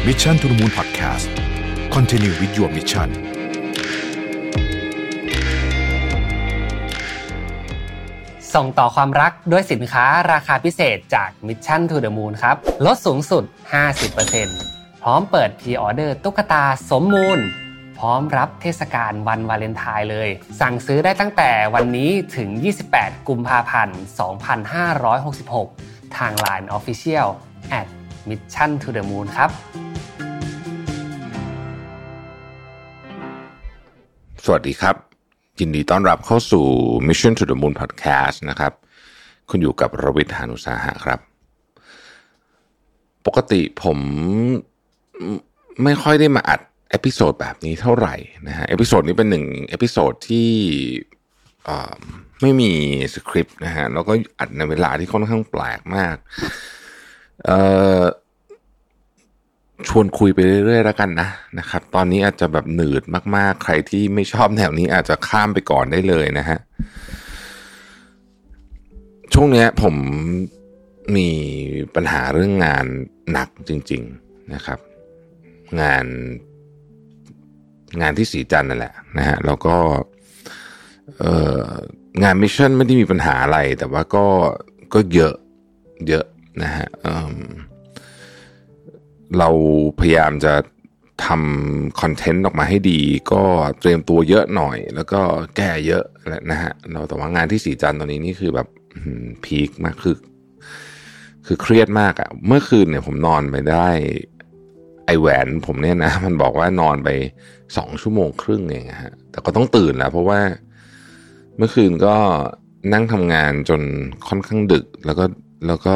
Mission to the Moon Podcast Continue with your mission ส่งต่อความรักด้วยสินค้าราคาพิเศษจาก Mission to the Moon ครับลดสูงสุด 50% พร้อมเปิดพรีออเดอร์ตุ๊กตาสมมูลพร้อมรับเทศกาลวันวาเลนไทน์เลยสั่งซื้อได้ตั้งแต่วันนี้ถึง28กุมภาพันธ์2566ทาง LINE Official @Mission to the Moon ครับสวัสดีครับยินดีต้อนรับเข้าสู่ Mission to the Moon Podcast นะครับคุณอยู่กับรวิทย์ หาญอุตสาหะครับปกติผมไม่ค่อยได้มาอัดเอพิโซดแบบนี้เท่าไหร่นะฮะเอพิโซดนี้เป็นหนึ่งเอพิโซดที่ไม่มีสคริปต์นะฮะแล้วก็อัดในเวลาที่ค่อนข้างแปลกมากชวนคุยไปเรื่อยๆแล้วกันนะครับตอนนี้อาจจะแบบหนืดมากๆใครที่ไม่ชอบแนวนี้อาจจะข้ามไปก่อนได้เลยนะฮะช่วงนี้ผมมีปัญหาเรื่องงานหนักจริงๆนะครับงานที่สีจันทร์นั่นแหละนะฮะแล้วก็งานมิชชั่นไม่ได้มีปัญหาอะไรแต่ว่าก็เยอะนะฮะเราพยายามจะทำคอนเทนต์ออกมาให้ดีก็เตรียมตัวเยอะหน่อยแล้วก็แก้เยอะนะฮะแต่ว่างานที่สีจันทร์ตอนนี้นี่คือแบบพีคมากคือเครียดมากอะเมื่อคืนเนี่ยผมนอนไปได้ไอแหวนผมเนี่ยนะมันบอกว่านอนไป2 ชั่วโมงครึ่งเองฮะแต่ก็ต้องตื่นแล้วเพราะว่าเมื่อคืนก็นั่งทำงานจนค่อนข้างดึกแล้วก็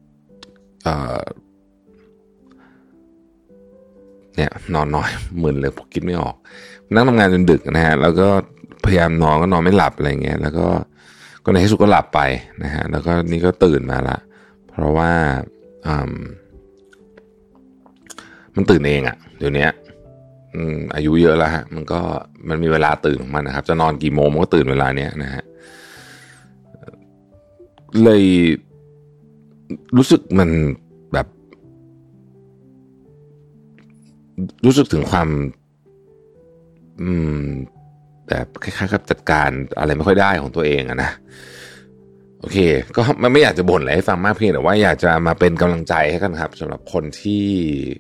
เนี่ยนอนน้อยมึนเลยผมคิดไม่ออกนั่งทำงานจนดึกนะฮะแล้วก็พยายามนอนก็นอนไม่หลับอะไรเงี้ยแล้วก็ในที่สุดก็หลับไปนะฮะแล้วก็นี่ก็ตื่นมาละเพราะว่ามันตื่นเองอะเดี๋ยวนี้อายุเยอะแล้วฮะมันมีเวลาตื่นของมันนะครับจะนอนกี่โมงมันก็ตื่นเวลาเนี้ยนะฮะเลยรู้สึกมันแบบรู้สึกถึงความแบบคล้ายๆกับจัดการอะไรไม่ค่อยได้ของตัวเองอะนะโอเคก็ไม่อยากจะบ่นอะไรให้ฟังมากเพียงแต่ว่าอยากจะมาเป็นกำลังใจให้กันครับสำหรับคนที่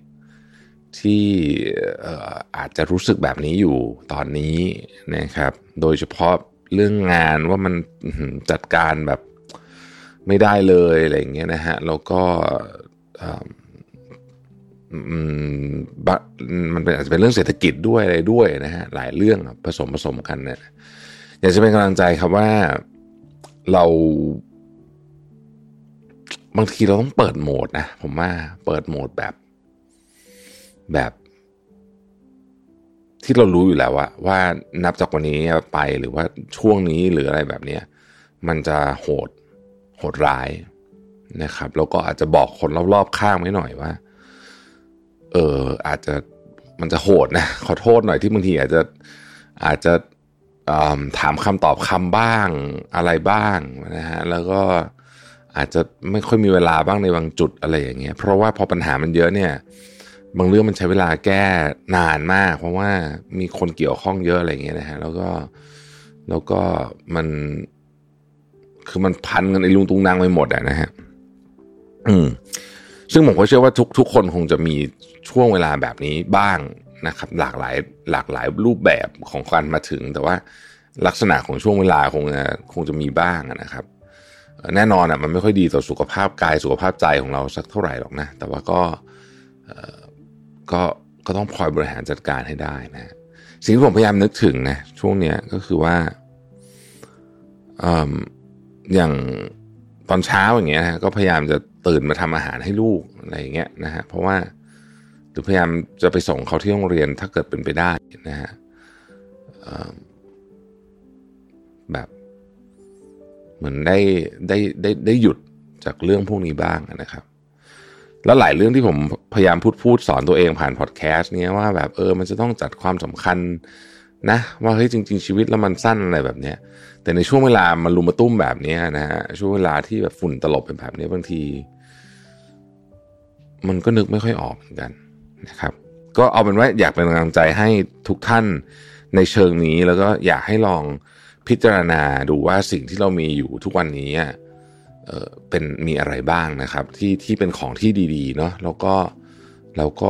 อาจจะรู้สึกแบบนี้อยู่ตอนนี้นะครับโดยเฉพาะเรื่องงานว่ามันจัดการแบบไม่ได้เลยอะไรอย่างเงี้ยนะฮะแล้วก็มันอาจจะเป็นเรื่องเศรษฐกิจด้วยอะไรด้วยนะฮะหลายเรื่องผสมกันเนี่ยอยากจะเป็นกำลังใจครับว่าเราบางทีเราต้องเปิดโหมดนะผมว่าเปิดโหมดแบบที่เรารู้อยู่แล้วว่านับจากวันนี้ไปหรือว่าช่วงนี้หรืออะไรแบบนี้มันจะโหดร้ายนะครับแล้วก็อาจจะบอกคนรอบๆข้างไว้หน่อยว่าอาจจะมันจะโหดนะขอโทษหน่อยที่บางทีอาจจะถามคำตอบคำบ้างอะไรบ้างนะฮะแล้วก็อาจจะไม่ค่อยมีเวลาบ้างในบางจุดอะไรอย่างเงี้ยเพราะว่าพอปัญหามันเยอะเนี่ยบางเรื่องมันใช้เวลาแก้นานมากเพราะว่ามีคนเกี่ยวข้องเยอะอะไรอย่างเงี้ยนะฮะแล้วก็มันคือมันพันกันไอ้ลุงตุงนางไปหมดนะฮะซึ่งผมก็เชื่อว่าทุกคนคงจะมีช่วงเวลาแบบนี้บ้างนะครับหลากหลายรูปแบบของการมาถึงแต่ว่าลักษณะของช่วงเวลาคงจะมีบ้างนะครับแน่นอนมันไม่ค่อยดีต่อสุขภาพกายสุขภาพใจของเราสักเท่าไหร่หรอกนะแต่ว่าก็ต้องคอยบริหารจัดการให้ได้นะสิ่งที่ผมพยายามนึกถึงนะช่วงเนี้ยก็คือว่าอย่างตอนเช้าอย่างเงี้ยนะก็พยายามจะตื่นมาทำอาหารให้ลูกอะไรอย่างเงี้ยนะฮะเพราะว่าหรือพยายามจะไปส่งเขาที่โรงเรียนถ้าเกิดเป็นไปได้นะฮะแบบเหมือนได้หยุดจากเรื่องพวกนี้บ้างนะครับแล้วหลายเรื่องที่ผมพยายามพูดสอนตัวเองผ่านพอดแคสต์เนี้ยว่าแบบมันจะต้องจัดความสำคัญนะว่าเฮ้ยจริงๆชีวิตแล้วมันสั้นอะไรแบบเนี้ยแต่ในช่วงเวลามันลุมมาตุ้มแบบนี้นะฮะช่วงเวลาที่แบบฝุ่นตลบเป็นแบบนี้บางทีมันก็นึกไม่ค่อยออกเหมือนกันนะครับก็เอาเป็นว่าอยากเป็นกำลังใจให้ทุกท่านในเชิงนี้แล้วก็อยากให้ลองพิจารณาดูว่าสิ่งที่เรามีอยู่ทุกวันนี้เป็นมีอะไรบ้างนะครับที่เป็นของที่ดีๆเนาะแล้วก็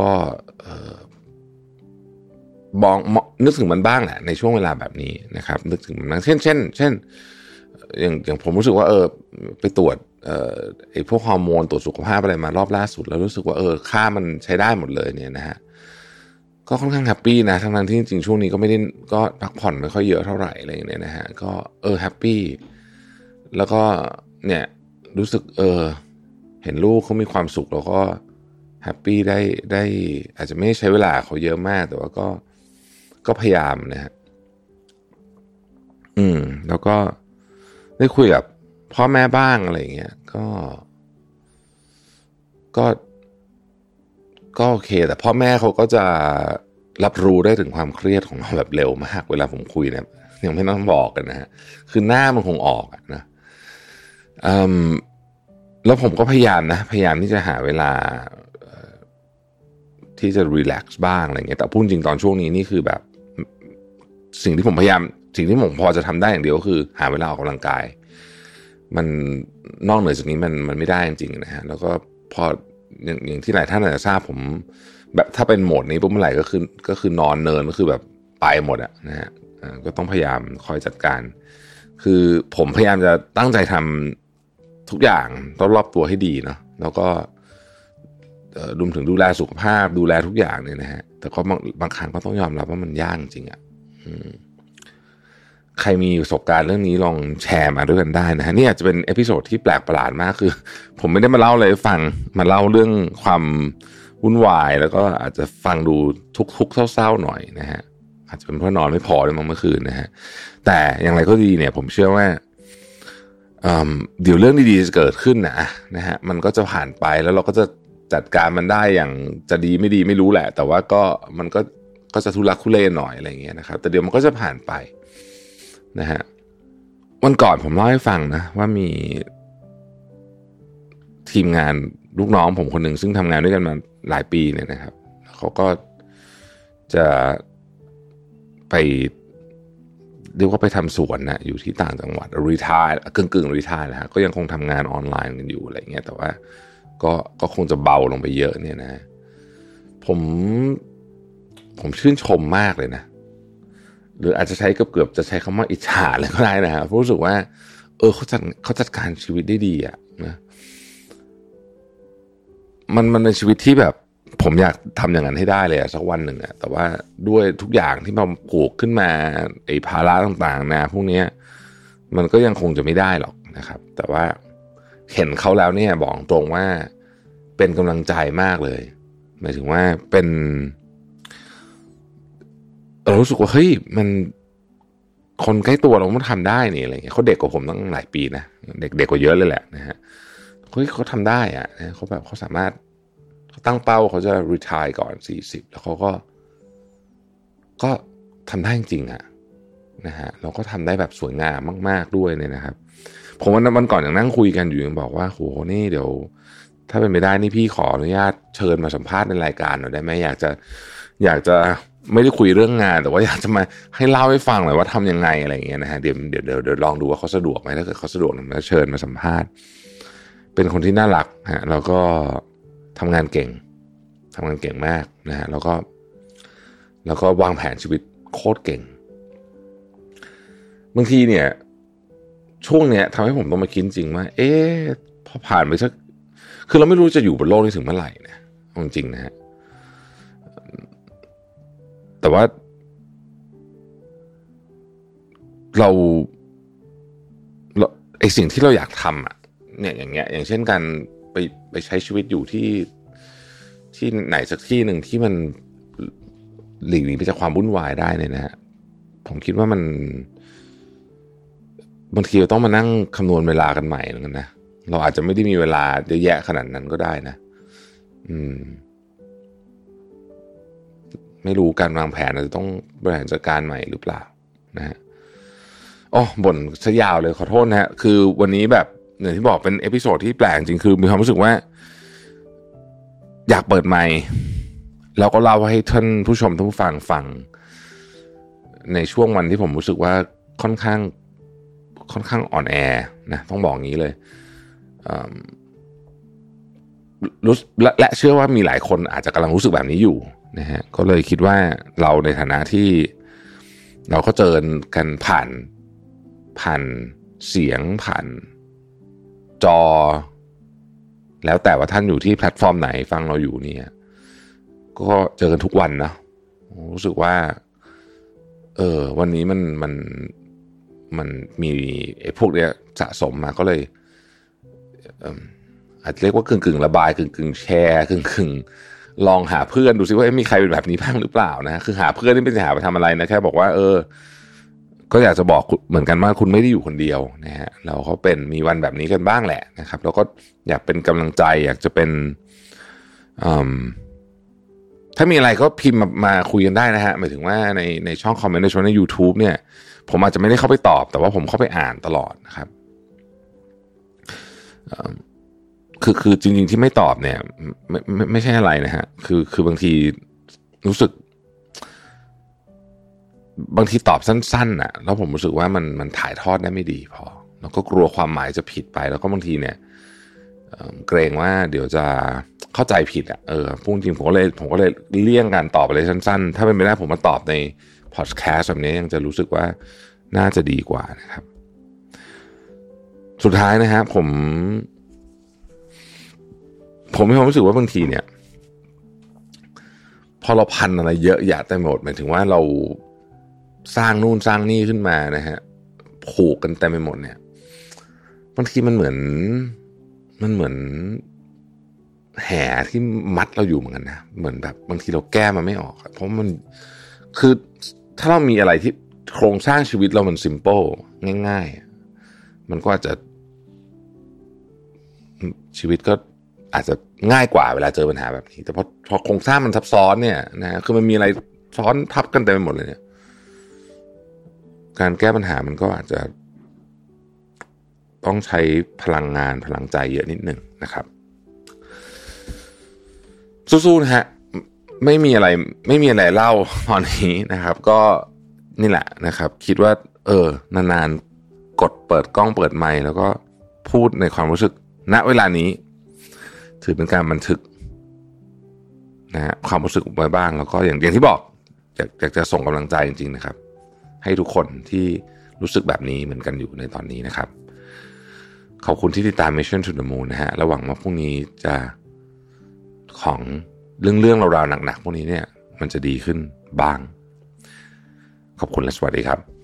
นึกถึงมันบ้างแหละในช่วงเวลาแบบนี้นะครับนึกถึงมันบ้างเช่นอย่างผมรู้สึกว่าไปตรวจไอ้พวกฮอร์โมนตรวจสุขภาพอะไรมารอบล่าสุดแล้วรู้สึกว่าค่ามันใช้ได้หมดเลยเนี่ยนะฮะก็ค่อนข้างแฮปปี้นะทั้งที่จริงๆช่วงนี้ก็ไม่ได้ก็พักผ่อนไม่ค่อยเยอะเท่าไหร่อะไรอย่างเงี้ยนะฮะก็แฮปปี้แล้วก็เนี่ยรู้สึกเห็นลูกเขามีความสุขแล้วก็แฮปปี้ได้อาจจะไม่ใช้เวลาเขาเยอะมากแต่ว่าก็พยายามนะฮะแล้วก็ได้คุยกับพ่อแม่บ้างอะไรอย่างเงี้ยก็โอเคแต่พ่อแม่เขาก็จะรับรู้ได้ถึงความเครียดของเราแบบเร็วมากเวลาผมคุยเนี่ยยังไม่ต้องบอกกันนะฮะคือหน้ามันคงออกนะแล้วผมก็พยายามที่จะหาเวลาที่จะรีแลกซ์บ้างอะไรเงี้ยแต่พูดจริงตอนช่วงนี้นี่คือแบบสิ่งที่ผมพอจะทำได้อย่างเดียวก็คือหาเวลาออกกำลังกายมันนอกเหนือจากนี้มันไม่ได้จริงๆนะฮะแล้วก็พออย่างที่หลายท่านอาจจะทราบผมแบบถ้าเป็นโหมดนี้ปุ๊บเมื่อไหร่ก็คือนอนเนินก็คือแบบไปหมดอะนะฮะก็ต้องพยายามคอยจัดการคือผมพยายามจะตั้งใจทำทุกอย่างรอบๆตัวให้ดีเนาะแล้วก็รวมถึงดูแลสุขภาพดูแลทุกอย่างเนี่ยนะฮะแต่ก็บางครั้งก็ต้องยอมรับว่ามันยากจริงอะใครมีประสบการณ์เรื่องนี้ลองแชร์มาด้วยกันได้นะฮะนี่อาจจะเป็นเอพิโซดที่แปลกประหลาดมากคือผมไม่ได้มาเล่าอะไรให้ฟังมาเล่าเรื่องความวุ่นวายแล้วก็อาจจะฟังดูทุกข์เศร้าๆหน่อยนะฮะอาจจะเป็นเพราะนอนไม่พอเลยเมื่อคืนนะฮะแต่อย่างไรก็ดีเนี่ยผมเชื่อว่าเดี๋ยวเรื่องดีๆจะเกิดขึ้นนะฮะมันก็จะผ่านไปแล้วเราก็จะจัดการมันได้อย่างจะดีไม่ดีไม่รู้แหละแต่ว่ามันก็จะทุลักทุเลหน่อยอะไรอย่างเงี้ยนะครับแต่เดี๋ยวมันก็จะผ่านไปนะฮะวันก่อนผมเล่าให้ฟังนะว่ามีทีมงานลูกน้องผมคนหนึ่งซึ่งทำงานด้วยกันมาหลายปีเนี่ยนะครับเขาก็จะไปเรียกว่าไปทำสวนนะอยู่ที่ต่างจังหวัดรีไทร์กึ่งรีไทร์นะฮะก็ยังคงทำงานออนไลน์กันอยู่อะไรเงี้ยแต่ว่าก็คงจะเบาลงไปเยอะเนี่ยนะผมชื่นชมมากเลยนะหรืออาจจะใช้เกือบจะใช้คำว่าอิจฉาเลยก็ได้นะฮะรู้สึกว่าเขาจัดการชีวิตได้ดีอ่ะนะมันเป็นชีวิตที่แบบผมอยากทำอย่างนั้นให้ได้เลยสักวันหนึ่งอ่ะแต่ว่าด้วยทุกอย่างที่มันผูกขึ้นมาไอ้ภาระต่างๆนะพวกนี้มันก็ยังคงจะไม่ได้หรอกนะครับแต่ว่าเห็นเขาแล้วเนี่ยบอกตรงว่าเป็นกำลังใจมากเลยหมายถึงว่าเป็นเรารู้สึกว่าเฮ้ยมันคนใกล้ตัวเราไม่ทำได้นี่อะไรเงี้ยเขาเด็กกว่าผมตั้งหลายปีนะเด็กกว่าเยอะเลยแหละนะฮะเขาทำได้อะนะเขาแบบเขาสามารถเขาตั้งเป้าเขาจะ retire ก่อน40แล้วเขาก็ทำได้จริงๆอะนะฮะเราก็ทำได้แบบสวยงามมากๆด้วยเนี่ยนะครับผมวันก่อนอย่างนั่งคุยกันอยู่ยังบอกว่าโหนี่เดี๋ยวถ้าเป็นไปได้นี่พี่ขออนุญาตเชิญมาสัมภาษณ์ในรายการหน่อยได้ไหมอยากจะไม่ได้คุยเรื่องงานแต่ว่าอยากจะมาให้เล่าให้ฟังหน่อยว่าทำยังไงอะไรอย่างเงี้ยนะฮะเดี๋ยวลองดูว่าเขาสะดวกไหมถ้าเกิดเขาสะดวกมาเชิญมาสัมภาษณ์เป็นคนที่น่ารักฮะแล้วก็ทำงานเก่งมากนะฮะแล้วก็วางแผนชีวิตโคตรเก่งบางทีเนี่ยช่วงเนี้ยทำให้ผมต้องมาคิดจริงว่าพอผ่านไปสักคือเราไม่รู้จะอยู่บนโลกนี้ถึงเมื่อไหร่นะจริงๆนะฮะแต่ว่าเราไอสิ่งที่เราอยากทำอ่ะเนี่ยอย่างเงี้ยอย่างเช่นการไปใช้ชีวิตอยู่ที่ไหนสักที่หนึ่งที่มันหลีกหนีไปจากความวุ่นวายได้เนี่ยนะฮะผมคิดว่ามันบางทีเราต้องมานั่งคำนวณเวลากันใหม่เหมือนกันนะเราอาจจะไม่ได้มีเวลาเยอะแยะขนาดนั้นก็ได้นะไม่รู้การวางแผนเราจะต้องบริหารจัดการใหม่หรือเปล่านะฮะบ่นซะยาวเลยขอโทษนะฮะคือวันนี้แบบอย่างที่บอกเป็นเอพิโซดที่แปลกจริงคือมีความรู้สึกว่าอยากเปิดไมค์แล้วก็เล่าให้ท่านผู้ชมท่านผู้ฟังในช่วงวันที่ผมรู้สึกว่าค่อนข้างอ่อนแอนะต้องบอกงี้เลยรู้และเชื่อว่ามีหลายคนอาจจะกำลังรู้สึกแบบนี้อยู่นะฮะก็เลยคิดว่าเราในฐานะที่เราก็เจอกันผ่านเสียงผ่านจอแล้วแต่ว่าท่านอยู่ที่แพลตฟอร์มไหนฟังเราอยู่เนี่ยก็เจอกันทุกวันนะรู้สึกว่าวันนี้มันมีไอ้พวกเนี้ยสะสมมาก็เลยอาจจะเรียกว่ากึ่งระบายกึ่งแชร์กึ่งลองหาเพื่อนดูซิว่ามีใครเป็นแบบนี้บ้างหรือเปล่านะคือหาเพื่อนนี่ไม่ได้หาไปทำอะไรนะแค่บอกว่าก็อยากจะบอกเหมือนกันว่าคุณไม่ได้อยู่คนเดียวนะฮะเราก็เป็นมีวันแบบนี้กันบ้างแหละนะครับแล้วก็อยากเป็นกำลังใจอยากจะเป็นถ้ามีอะไรก็พิมพ์มาคุยกันได้นะฮะหมายถึงว่าในช่องคอมเมนต์ในช่องใน YouTube เนี่ยผมอาจจะไม่ได้เข้าไปตอบแต่ว่าผมเข้าไปอ่านตลอดนะครับคือจริงๆที่ไม่ตอบเนี่ยไม่ใช่อะไรนะฮะคือบางทีรู้สึกบางทีตอบสั้นๆน่ะแล้วผมรู้สึกว่ามันถ่ายทอดได้ไม่ดีพอแล้วก็กลัวความหมายจะผิดไปแล้วก็บางทีเนี่ยเกรงว่าเดี๋ยวจะเข้าใจผิดพูดจริงผมก็เลยเลี่ยงการตอบอะไรสั้นๆถ้าเป็นไปได้ผมมาตอบในพอดแคสต์แบบนี้ยังจะรู้สึกว่าน่าจะดีกว่านะครับสุดท้ายนะฮะผมมีความรู้สึกว่าบางทีเนี่ยพอเราพันอะไรเยอะแยะเต็มหมดหมายถึงว่าเราสร้างนู่นสร้างนี่ขึ้นมานะฮะผูกกันเต็มไปหมดเนี่ยบางทีมันเหมือนแห่ที่มัดเราอยู่เหมือนกันนะเหมือนแบบบางทีเราแก้มันไม่ออกเพราะมันคือถ้าเรามีอะไรที่โครงสร้างชีวิตเรามันซิมเปิลง่ายๆมันก็อาจจะชีวิตก็อาจจะง่ายกว่าเวลาเจอปัญหาแบบนี้แต่พอโครงสร้างมันซับซ้อนเนี่ยนะคือมันมีอะไรซ้อนทับกันเต็มไปหมดเลยเนี่ยการแก้ปัญหามันก็อาจจะต้องใช้พลังงานพลังใจเยอะนิดหนึ่งนะครับสู้ๆนะฮะไม่มีอะไรเล่าตอนนี้นะครับก็นี่แหละนะครับคิดว่านานๆกดเปิดกล้องเปิดไมค์แล้วก็พูดในความรู้สึกณเวลานี้ถือเป็นการบันทึกนะฮะความรู้สึกไว้บ้างแล้วก็อย่างที่บอกอยากจะส่งกำลังใจจริงๆนะครับให้ทุกคนที่รู้สึกแบบนี้เหมือนกันอยู่ในตอนนี้นะครับขอบคุณที่ติดตาม Mission to the Moon นะฮะระหวังว่าพรุ่งนี้จะของเรื่องราวๆหนักๆพวกนี้เนี่ยมันจะดีขึ้นบ้างขอบคุณและสวัสดีครับ